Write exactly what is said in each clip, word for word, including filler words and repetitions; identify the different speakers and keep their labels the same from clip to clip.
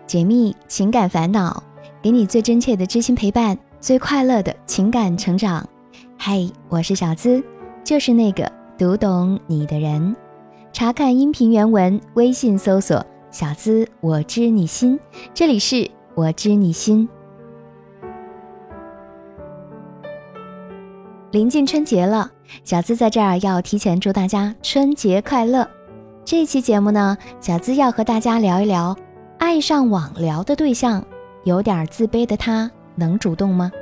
Speaker 1: 解密情感烦恼，给你最真切的知心陪伴，最快乐的情感成长。嗨，我是小资，就是那个读懂你的人。查看音频原文，微信搜索小资我知你心，这里是我知你心。临近春节了，小资在这儿要提前祝大家春节快乐。这期节目呢，小资要和大家聊一聊，爱上网聊的对象，有点自卑的他能主动吗？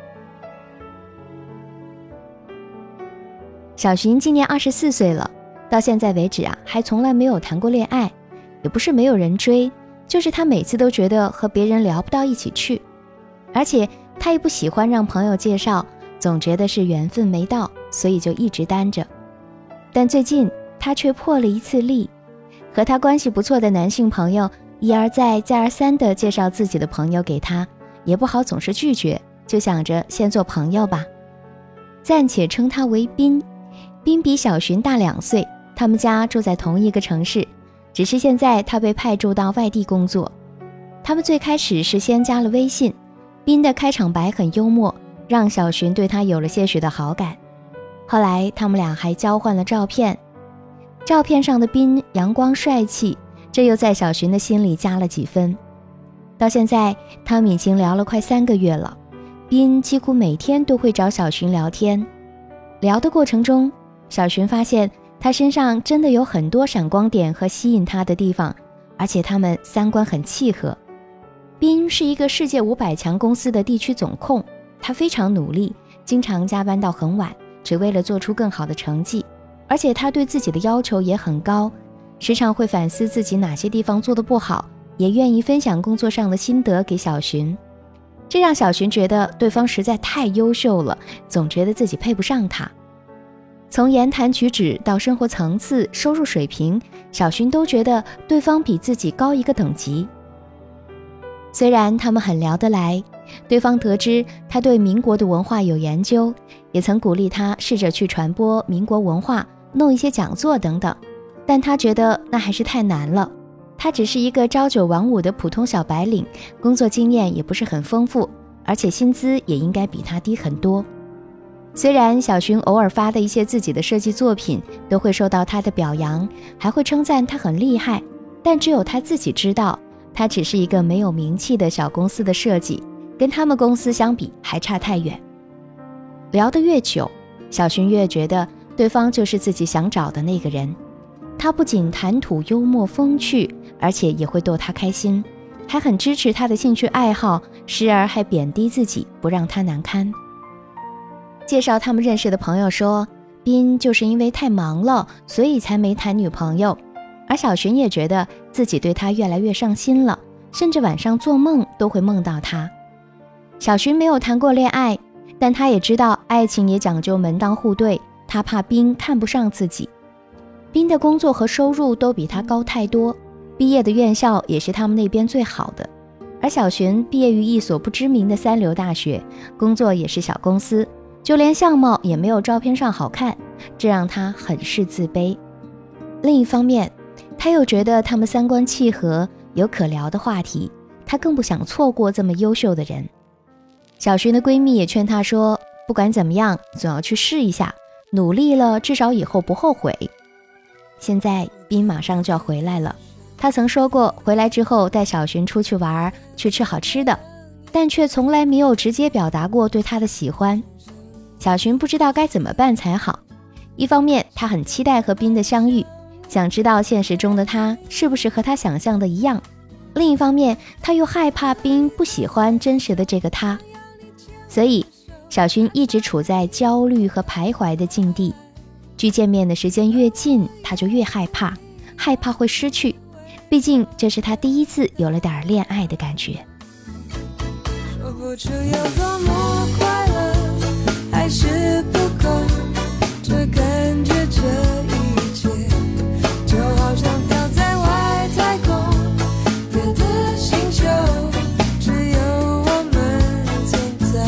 Speaker 1: 小寻今年二十四岁了，到现在为止啊，还从来没有谈过恋爱，也不是没有人追，就是他每次都觉得和别人聊不到一起去，而且他也不喜欢让朋友介绍，总觉得是缘分没到，所以就一直单着。但最近他却破了一次例，和他关系不错的男性朋友一而再再而三地介绍自己的朋友给他，也不好总是拒绝，就想着先做朋友吧。暂且称他为斌，斌比小寻大两岁，他们家住在同一个城市，只是现在他被派驻到外地工作。他们最开始是先加了微信，斌的开场白很幽默，让小寻对他有了些许的好感。后来他们俩还交换了照片，照片上的斌阳光帅气，这又在小寻的心里加了几分。到现在他们已经聊了快三个月了，斌几乎每天都会找小寻聊天。聊的过程中，小寻发现他身上真的有很多闪光点和吸引他的地方，而且他们三观很契合。斌是一个世界五百强公司的地区总控，他非常努力，经常加班到很晚，只为了做出更好的成绩，而且他对自己的要求也很高，时常会反思自己哪些地方做得不好，也愿意分享工作上的心得给小寻。这让小寻觉得对方实在太优秀了，总觉得自己配不上他。从言谈举止到生活层次、收入水平，小寻都觉得对方比自己高一个等级。虽然他们很聊得来，对方得知他对民国的文化有研究，也曾鼓励他试着去传播民国文化，弄一些讲座等等，但他觉得那还是太难了。他只是一个朝九晚五的普通小白领，工作经验也不是很丰富，而且薪资也应该比他低很多。虽然小寻偶尔发的一些自己的设计作品都会受到他的表扬，还会称赞他很厉害，但只有他自己知道，他只是一个没有名气的小公司的设计，跟他们公司相比还差太远。聊得越久，小寻越觉得对方就是自己想找的那个人。他不仅谈吐幽默风趣，而且也会逗他开心，还很支持他的兴趣爱好，时而还贬低自己，不让他难堪。介绍他们认识的朋友说，斌就是因为太忙了，所以才没谈女朋友，而小寻也觉得自己对他越来越上心了，甚至晚上做梦都会梦到他。小寻没有谈过恋爱，但他也知道爱情也讲究门当户对，他怕斌看不上自己。斌的工作和收入都比他高太多，毕业的院校也是他们那边最好的，而小寻毕业于一所不知名的三流大学，工作也是小公司，就连相貌也没有照片上好看，这让他很是自卑。另一方面，他又觉得他们三观契合，有可聊的话题，他更不想错过这么优秀的人。小寻的闺蜜也劝他说，不管怎么样，总要去试一下，努力了，至少以后不后悔。现在斌马上就要回来了，他曾说过回来之后带小寻出去玩，去吃好吃的，但却从来没有直接表达过对他的喜欢。小寻不知道该怎么办才好，一方面他很期待和斌的相遇，想知道现实中的他是不是和他想象的一样，另一方面他又害怕斌不喜欢真实的这个他，所以小寻一直处在焦虑和徘徊的境地。距见面的时间越近，他就越害怕，害怕会失去，毕竟这是他第一次有了点恋爱的感觉。
Speaker 2: 说不出有多么快乐，还是不够，这感觉这一切就好像掉在外太空别的星球，只有我们存在，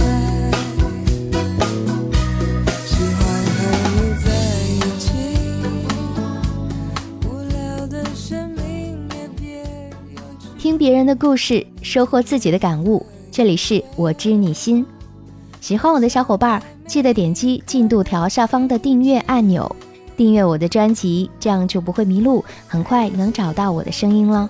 Speaker 2: 喜欢和你在一起，无聊的生命也别有趣。
Speaker 1: 听别人的故事，收获自己的感悟。这里是我知你心。喜欢我的小伙伴，记得点击进度条下方的订阅按钮，订阅我的专辑，这样就不会迷路，很快能找到我的声音了。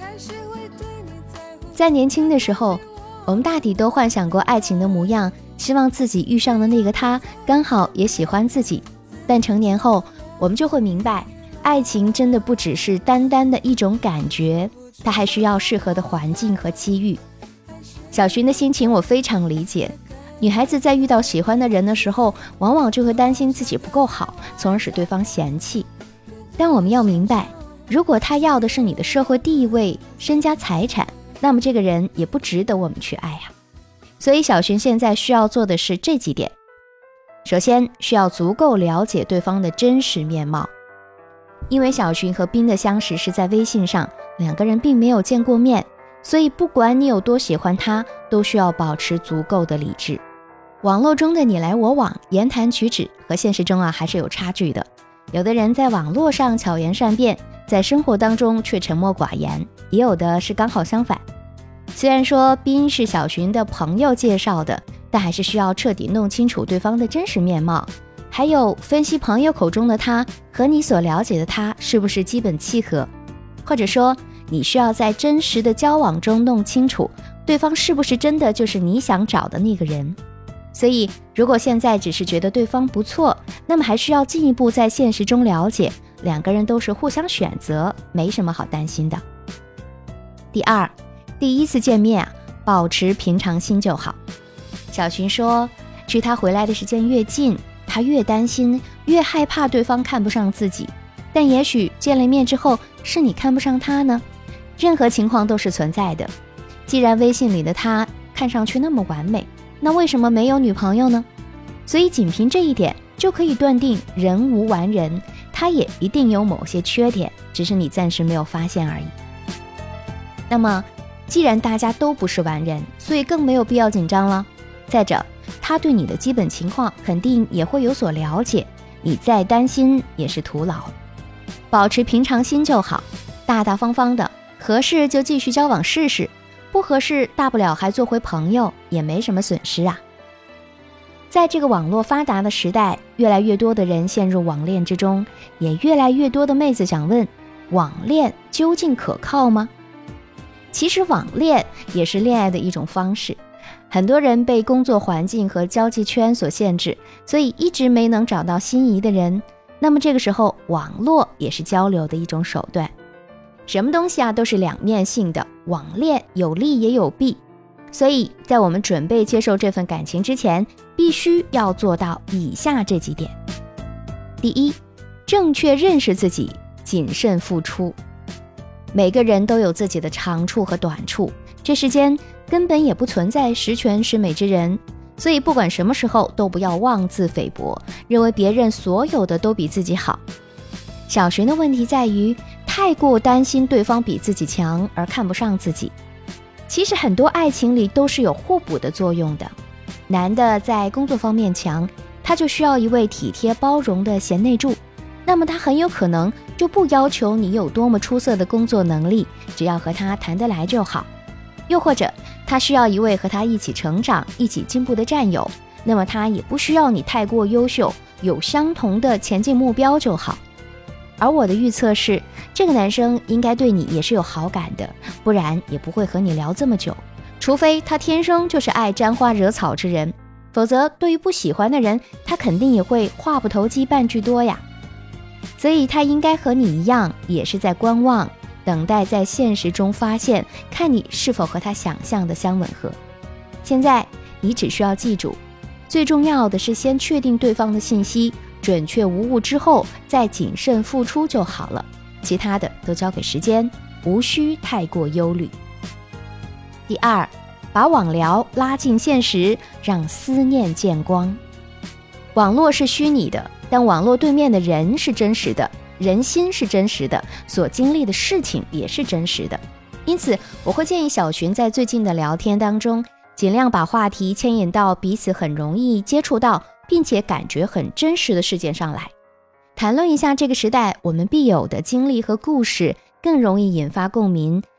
Speaker 1: 在年轻的时候，我们大抵都幻想过爱情的模样，希望自己遇上的那个他刚好也喜欢自己。但成年后，我们就会明白，爱情真的不只是单单的一种感觉，它还需要适合的环境和机遇。小寻的心情我非常理解，女孩子在遇到喜欢的人的时候，往往就会担心自己不够好，从而使对方嫌弃。但我们要明白，如果他要的是你的社会地位、身家财产，那么这个人也不值得我们去爱呀。所以小寻现在需要做的是这几点。首先，需要足够了解对方的真实面貌。因为小寻和斌的相识是在微信上，两个人并没有见过面，所以不管你有多喜欢他，都需要保持足够的理智。网络中的你来我往，言谈举止和现实中啊还是有差距的。有的人在网络上巧言善辩，在生活当中却沉默寡言，也有的是刚好相反。虽然说斌是小寻的朋友介绍的，但还是需要彻底弄清楚对方的真实面貌，还有分析朋友口中的他和你所了解的他是不是基本契合，或者说你需要在真实的交往中弄清楚对方是不是真的就是你想找的那个人。所以如果现在只是觉得对方不错，那么还需要进一步在现实中了解，两个人都是互相选择，没什么好担心的。第二，第一次见面啊，保持平常心就好。小寻说，距他回来的时间越近，他越担心，越害怕对方看不上自己。但也许见了面之后，是你看不上他呢？任何情况都是存在的。既然微信里的他看上去那么完美，那为什么没有女朋友呢？所以仅凭这一点就可以断定人无完人，他也一定有某些缺点，只是你暂时没有发现而已。那么既然大家都不是完人，所以更没有必要紧张了。再者，他对你的基本情况肯定也会有所了解，你再担心也是徒劳。保持平常心就好，大大方方的，合适就继续交往试试，不合适大不了还做回朋友，也没什么损失啊。在这个网络发达的时代，越来越多的人陷入网恋之中，也越来越多的妹子想问，网恋究竟可靠吗？其实网恋也是恋爱的一种方式，很多人被工作环境和交际圈所限制，所以一直没能找到心仪的人。那么这个时候，网络也是交流的一种手段。什么东西啊都是两面性的，网恋有利也有弊，所以在我们准备接受这份感情之前，必须要做到以下这几点。第一，正确认识自己，谨慎付出。每个人都有自己的长处和短处，这世间根本也不存在十全十美之人，所以不管什么时候都不要妄自菲薄，认为别人所有的都比自己好。小寻的问题在于太过担心对方比自己强而看不上自己。其实很多爱情里都是有互补的作用的。男的在工作方面强，他就需要一位体贴包容的贤内助，那么他很有可能就不要求你有多么出色的工作能力，只要和他谈得来就好。又或者他需要一位和他一起成长、一起进步的战友，那么他也不需要你太过优秀，有相同的前进目标就好。而我的预测是，这个男生应该对你也是有好感的，不然也不会和你聊这么久。除非他天生就是爱沾花惹草之人，否则对于不喜欢的人，他肯定也会话不投机半句多呀。所以他应该和你一样，也是在观望，等待在现实中发现，看你是否和他想象的相吻合。现在你只需要记住，最重要的是先确定对方的信息，准确无误之后，再谨慎付出就好了，其他的都交给时间，无需太过忧虑。第二，把网聊拉近现实，让思念见光。网络是虚拟的，但网络对面的人是真实的，人心是真实的，所经历的事情也是真实的。因此我会建议小寻在最近的聊天当中，尽量把话题牵引到彼此很容易接触到并且感觉很真实的事件上来，谈论一下这个时代我们必有的经历和故事，更容易引发共鸣，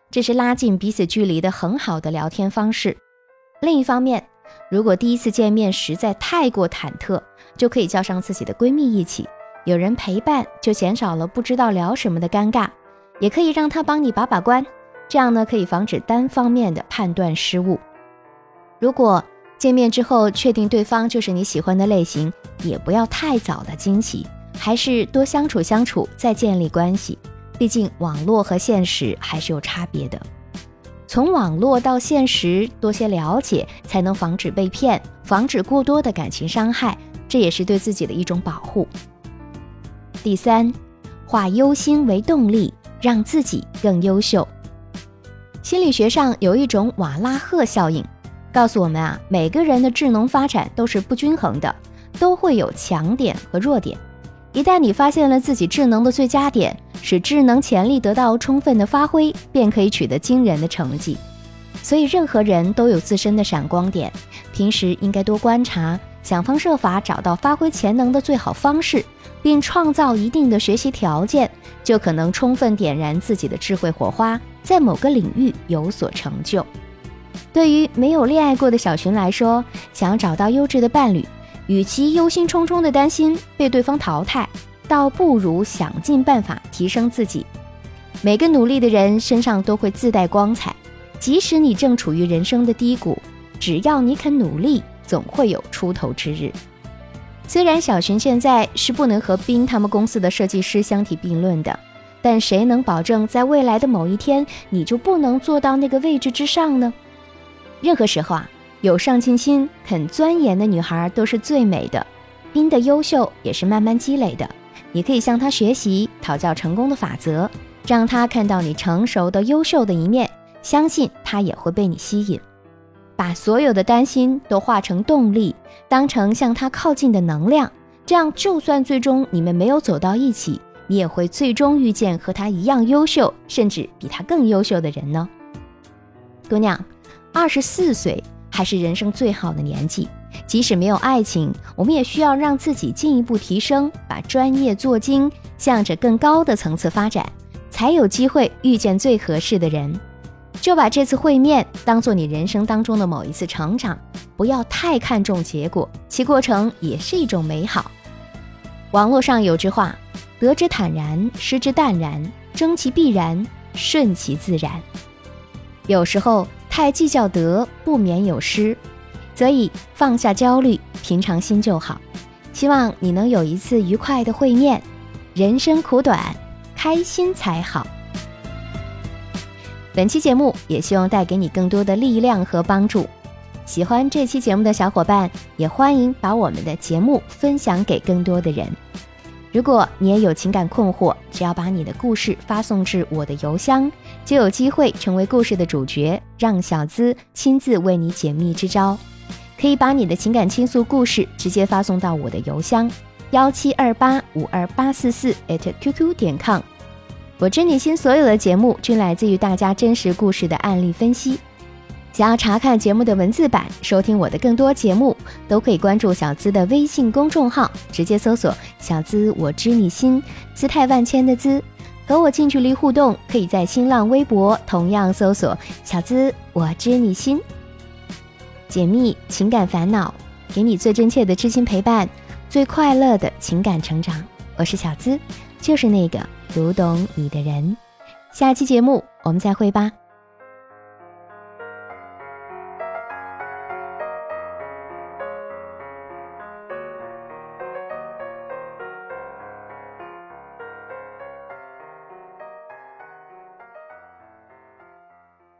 Speaker 1: 这是拉近彼此距离的很好的聊天方式。另一方面，如果第一次见面实在太过忐忑，就可以叫上自己的闺蜜一起，有人陪伴就减少了不知道聊什么的尴尬，也可以让她帮你把把关，这样呢可以防止单方面的判断失误。如果见面之后确定对方就是你喜欢的类型，也不要太早的惊喜，还是多相处相处再建立关系，毕竟网络和现实还是有差别的。从网络到现实多些了解，才能防止被骗，防止过多的感情伤害，这也是对自己的一种保护。第三，化忧心为动力，让自己更优秀。心理学上有一种瓦拉赫效应，告诉我们啊，每个人的智能发展都是不均衡的，都会有强点和弱点。一旦你发现了自己智能的最佳点，使智能潜力得到充分的发挥，便可以取得惊人的成绩。所以任何人都有自身的闪光点，平时应该多观察，想方设法找到发挥潜能的最好方式，并创造一定的学习条件，就可能充分点燃自己的智慧火花，在某个领域有所成就。对于没有恋爱过的小群来说，想要找到优质的伴侣，与其忧心忡忡地担心被对方淘汰，倒不如想尽办法提升自己。每个努力的人身上都会自带光彩，即使你正处于人生的低谷，只要你肯努力，总会有出头之日。虽然小群现在是不能和冰他们公司的设计师相提并论的，但谁能保证在未来的某一天，你就不能做到那个位置之上呢？任何时候啊，有上进心、肯钻研的女孩都是最美的。冰的优秀也是慢慢积累的，你可以向她学习，讨教成功的法则，让她看到你成熟的优秀的一面，相信她也会被你吸引。把所有的担心都化成动力，当成向她靠近的能量，这样就算最终你们没有走到一起，你也会最终遇见和她一样优秀，甚至比她更优秀的人呢。姑娘，二十四岁还是人生最好的年纪，即使没有爱情，我们也需要让自己进一步提升，把专业做精，向着更高的层次发展，才有机会遇见最合适的人。就把这次会面当作你人生当中的某一次成长，不要太看重结果，其过程也是一种美好。网络上有句话，得之坦然，失之淡然，争其必然，顺其自然。有时候太计较得，不免有失，所以放下焦虑，平常心就好。希望你能有一次愉快的会面，人生苦短，开心才好。本期节目也希望带给你更多的力量和帮助。喜欢这期节目的小伙伴，也欢迎把我们的节目分享给更多的人。如果你也有情感困惑，只要把你的故事发送至我的邮箱，就有机会成为故事的主角，让小资亲自为你解密支招。可以把你的情感倾诉故事直接发送到我的邮箱幺七二八五二八四四 at qq 点 com。 我知你心所有的节目均来自于大家真实故事的案例分析。想要查看节目的文字版，收听我的更多节目，都可以关注小资的微信公众号，直接搜索小资我知你心，姿态万千的资。和我近距离互动，可以在新浪微博同样搜索小资我知你心。解密情感烦恼，给你最真切的知心陪伴，最快乐的情感成长。我是小资，就是那个读懂你的人。下期节目我们再会吧。